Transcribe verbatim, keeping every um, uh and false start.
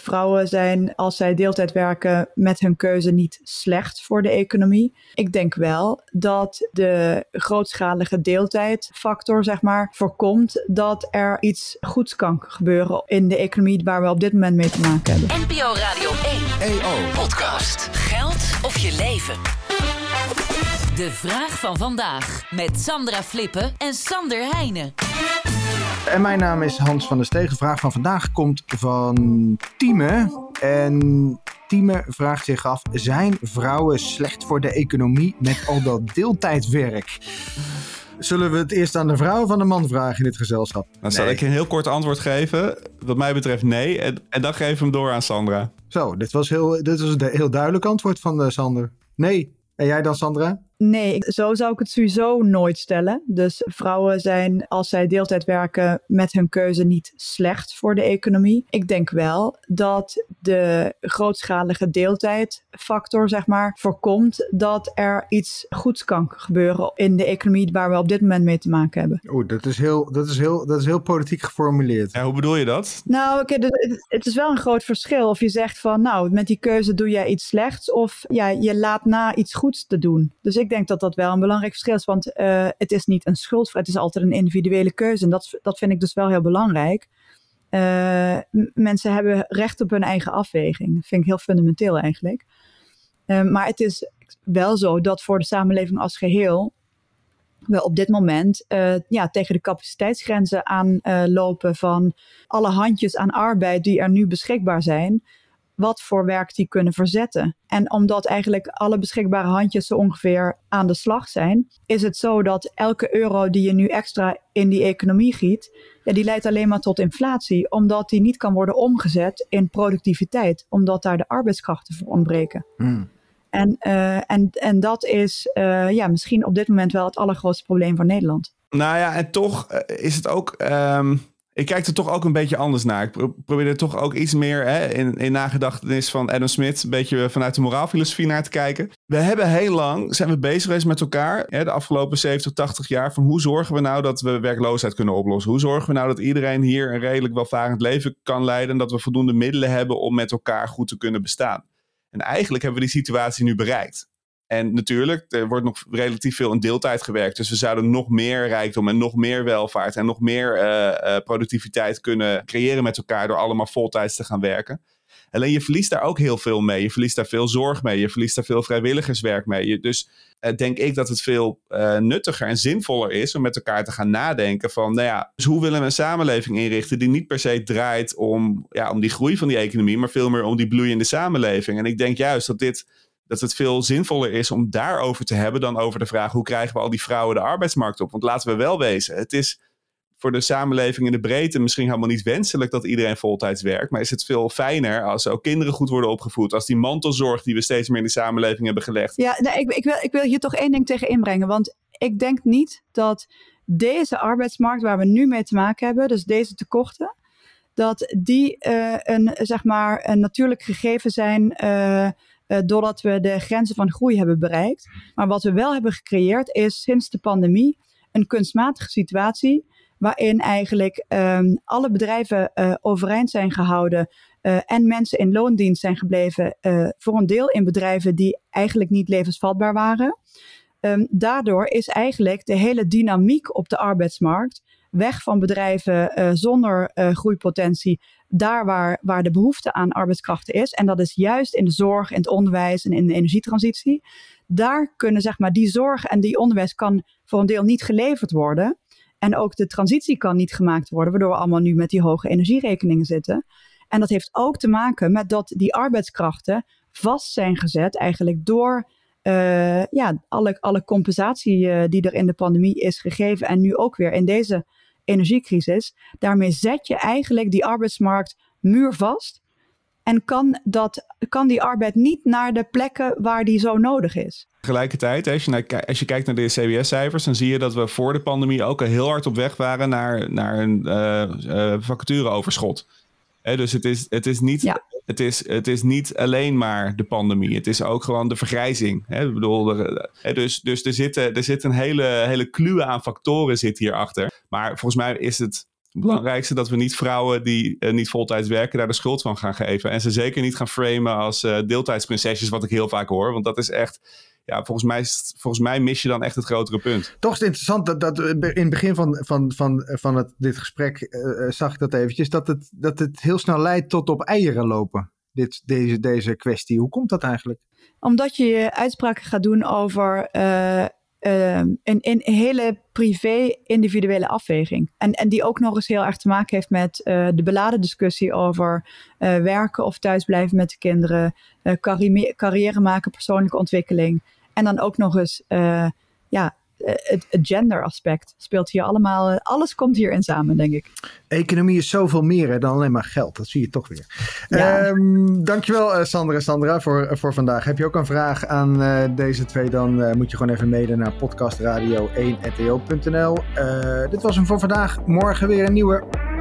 vrouwen zijn, als zij deeltijd werken, met hun keuze niet slecht voor de economie. Ik denk wel dat de grootschalige deeltijdfactor, zeg maar, voorkomt dat er iets goeds kan gebeuren in de economie waar we op dit moment mee te maken hebben. N P O Radio één E O Podcast. Geld of je leven? De vraag van vandaag met Sandra Flippen en Sander Heijnen. En mijn naam is Hans van der Steeg. De vraag van vandaag komt van Tieme. En Tieme vraagt zich af: zijn vrouwen slecht voor de economie met al dat deeltijdwerk? Zullen we het eerst aan de vrouw of aan de man vragen in dit gezelschap? Dan zal Nee. ik een heel kort antwoord geven. Wat mij betreft nee. En, en dan geef ik hem door aan Sandra. Zo, dit was, heel, dit was een heel duidelijk antwoord van uh, Sander. Nee. En jij dan, Sandra? Nee, ik- zo zou ik het sowieso nooit stellen. Dus vrouwen zijn, als zij deeltijd werken, met hun keuze niet slecht voor de economie. Ik denk wel dat de grootschalige deeltijdfactor, zeg maar, voorkomt dat er iets goeds kan gebeuren in de economie waar we op dit moment mee te maken hebben. Oeh, dat is heel, dat is heel, dat is heel politiek geformuleerd. Ja, hoe bedoel je dat? Nou, oké, dus het, het is wel een groot verschil of je zegt van, nou, met die keuze doe jij iets slechts of ja, je laat na iets goeds te doen. Dus ik denk dat dat wel een belangrijk verschil is, want uh, het is niet een schuld, het is altijd een individuele keuze en dat, dat vind ik dus wel heel belangrijk. Uh, m- mensen hebben recht op hun eigen afweging. Dat vind ik heel fundamenteel eigenlijk. Uh, maar het is wel zo dat voor de samenleving als geheel we op dit moment uh, ja, tegen de capaciteitsgrenzen aanlopen uh, van alle handjes aan arbeid die er nu beschikbaar zijn, wat voor werk die kunnen verzetten. En omdat eigenlijk alle beschikbare handjes zo ongeveer aan de slag zijn, is het zo dat elke euro die je nu extra in die economie giet, ja, die leidt alleen maar tot inflatie, omdat die niet kan worden omgezet in productiviteit, omdat daar de arbeidskrachten voor ontbreken. Hmm. En, uh, en, en dat is uh, ja, misschien op dit moment wel het allergrootste probleem van Nederland. Nou ja, en toch uh, is het ook... Um, ik kijk er toch ook een beetje anders naar. Ik pro- probeer er toch ook iets meer hè, in, in nagedachtenis van Adam Smith, een beetje vanuit de moraalfilosofie naar te kijken. We hebben heel lang, zijn we bezig geweest met elkaar, hè, de afgelopen zeventig, tachtig jaar, van hoe zorgen we nou dat we werkloosheid kunnen oplossen? Hoe zorgen we nou dat iedereen hier een redelijk welvarend leven kan leiden en dat we voldoende middelen hebben om met elkaar goed te kunnen bestaan? En eigenlijk hebben we die situatie nu bereikt. En natuurlijk, er wordt nog relatief veel in deeltijd gewerkt. Dus we zouden nog meer rijkdom en nog meer welvaart en nog meer uh, uh, productiviteit kunnen creëren met elkaar door allemaal voltijds te gaan werken. Alleen je verliest daar ook heel veel mee. Je verliest daar veel zorg mee. Je verliest daar veel vrijwilligerswerk mee. Je, dus uh, denk ik dat het veel uh, nuttiger en zinvoller is om met elkaar te gaan nadenken van, nou ja, dus hoe willen we een samenleving inrichten die niet per se draait om, ja, om die groei van die economie, maar veel meer om die bloeiende samenleving. En ik denk juist dat dit dat het veel zinvoller is om daarover te hebben dan over de vraag hoe krijgen we al die vrouwen de arbeidsmarkt op. Want laten we wel wezen, het is voor de samenleving in de breedte misschien helemaal niet wenselijk dat iedereen voltijds werkt. Maar is het veel fijner als ook kinderen goed worden opgevoed. Als die mantelzorg die we steeds meer in de samenleving hebben gelegd. Ja, nee, ik, ik, wil, ik wil hier toch één ding tegen inbrengen. Want ik denk niet dat deze arbeidsmarkt waar we nu mee te maken hebben, dus deze tekorten, dat die uh, een, zeg maar, een natuurlijk gegeven zijn Uh, Uh, doordat we de grenzen van groei hebben bereikt. Maar wat we wel hebben gecreëerd is sinds de pandemie een kunstmatige situatie waarin eigenlijk um, alle bedrijven uh, overeind zijn gehouden uh, en mensen in loondienst zijn gebleven, uh, voor een deel in bedrijven die eigenlijk niet levensvatbaar waren. Um, daardoor is eigenlijk de hele dynamiek op de arbeidsmarkt weg van bedrijven uh, zonder uh, groeipotentie, daar waar, waar de behoefte aan arbeidskrachten is. En dat is juist in de zorg, in het onderwijs en in de energietransitie. Daar kunnen, zeg maar, die zorg en die onderwijs kan voor een deel niet geleverd worden. En ook de transitie kan niet gemaakt worden, waardoor we allemaal nu met die hoge energierekeningen zitten. En dat heeft ook te maken met dat die arbeidskrachten vast zijn gezet eigenlijk door uh, ja, alle, alle compensatie uh, die er in de pandemie is gegeven en nu ook weer in deze energiecrisis. Daarmee zet je eigenlijk die arbeidsmarkt muurvast en kan, dat, kan die arbeid niet naar de plekken waar die zo nodig is. Tegelijkertijd, als je, naar, als je kijkt naar de C B S-cijfers, dan zie je dat we voor de pandemie ook al heel hard op weg waren naar, naar een uh, uh, vacatureoverschot. He, dus het is, het, is niet, ja. het, is, het is niet alleen maar de pandemie. Het is ook gewoon de vergrijzing. He, ik bedoel, er, he, dus dus er, zit, er zit een hele, hele kluwe aan factoren zit hierachter. Maar volgens mij is het Het belangrijkste dat we niet vrouwen die uh, niet voltijds werken daar de schuld van gaan geven. En ze zeker niet gaan framen als uh, deeltijdsprinsesjes, wat ik heel vaak hoor. Want dat is echt, ja, volgens mij, volgens mij mis je dan echt het grotere punt. Toch is het interessant dat, dat in het begin van, van, van, van het, dit gesprek uh, zag ik dat eventjes. Dat het, dat het heel snel leidt tot op eieren lopen, dit, deze, deze kwestie. Hoe komt dat eigenlijk? Omdat je uitspraken gaat doen over uh, uh, een, een hele privé individuele afweging. En, en die ook nog eens heel erg te maken heeft met uh, de beladen discussie over uh, werken of thuisblijven met de kinderen. Uh, carrière, carrière maken, persoonlijke ontwikkeling. En dan ook nog eens uh, ja, het, het genderaspect speelt hier allemaal. Uh, alles komt hierin samen, denk ik. Economie is zoveel meer hè, dan alleen maar geld. Dat zie je toch weer. Ja. Um, dankjewel uh, Sandra Sandra voor, uh, voor vandaag. Heb je ook een vraag aan uh, deze twee, dan uh, moet je gewoon even mailen naar podcastradio één punt r t o punt n l. Uh, dit was hem voor vandaag. Morgen weer een nieuwe.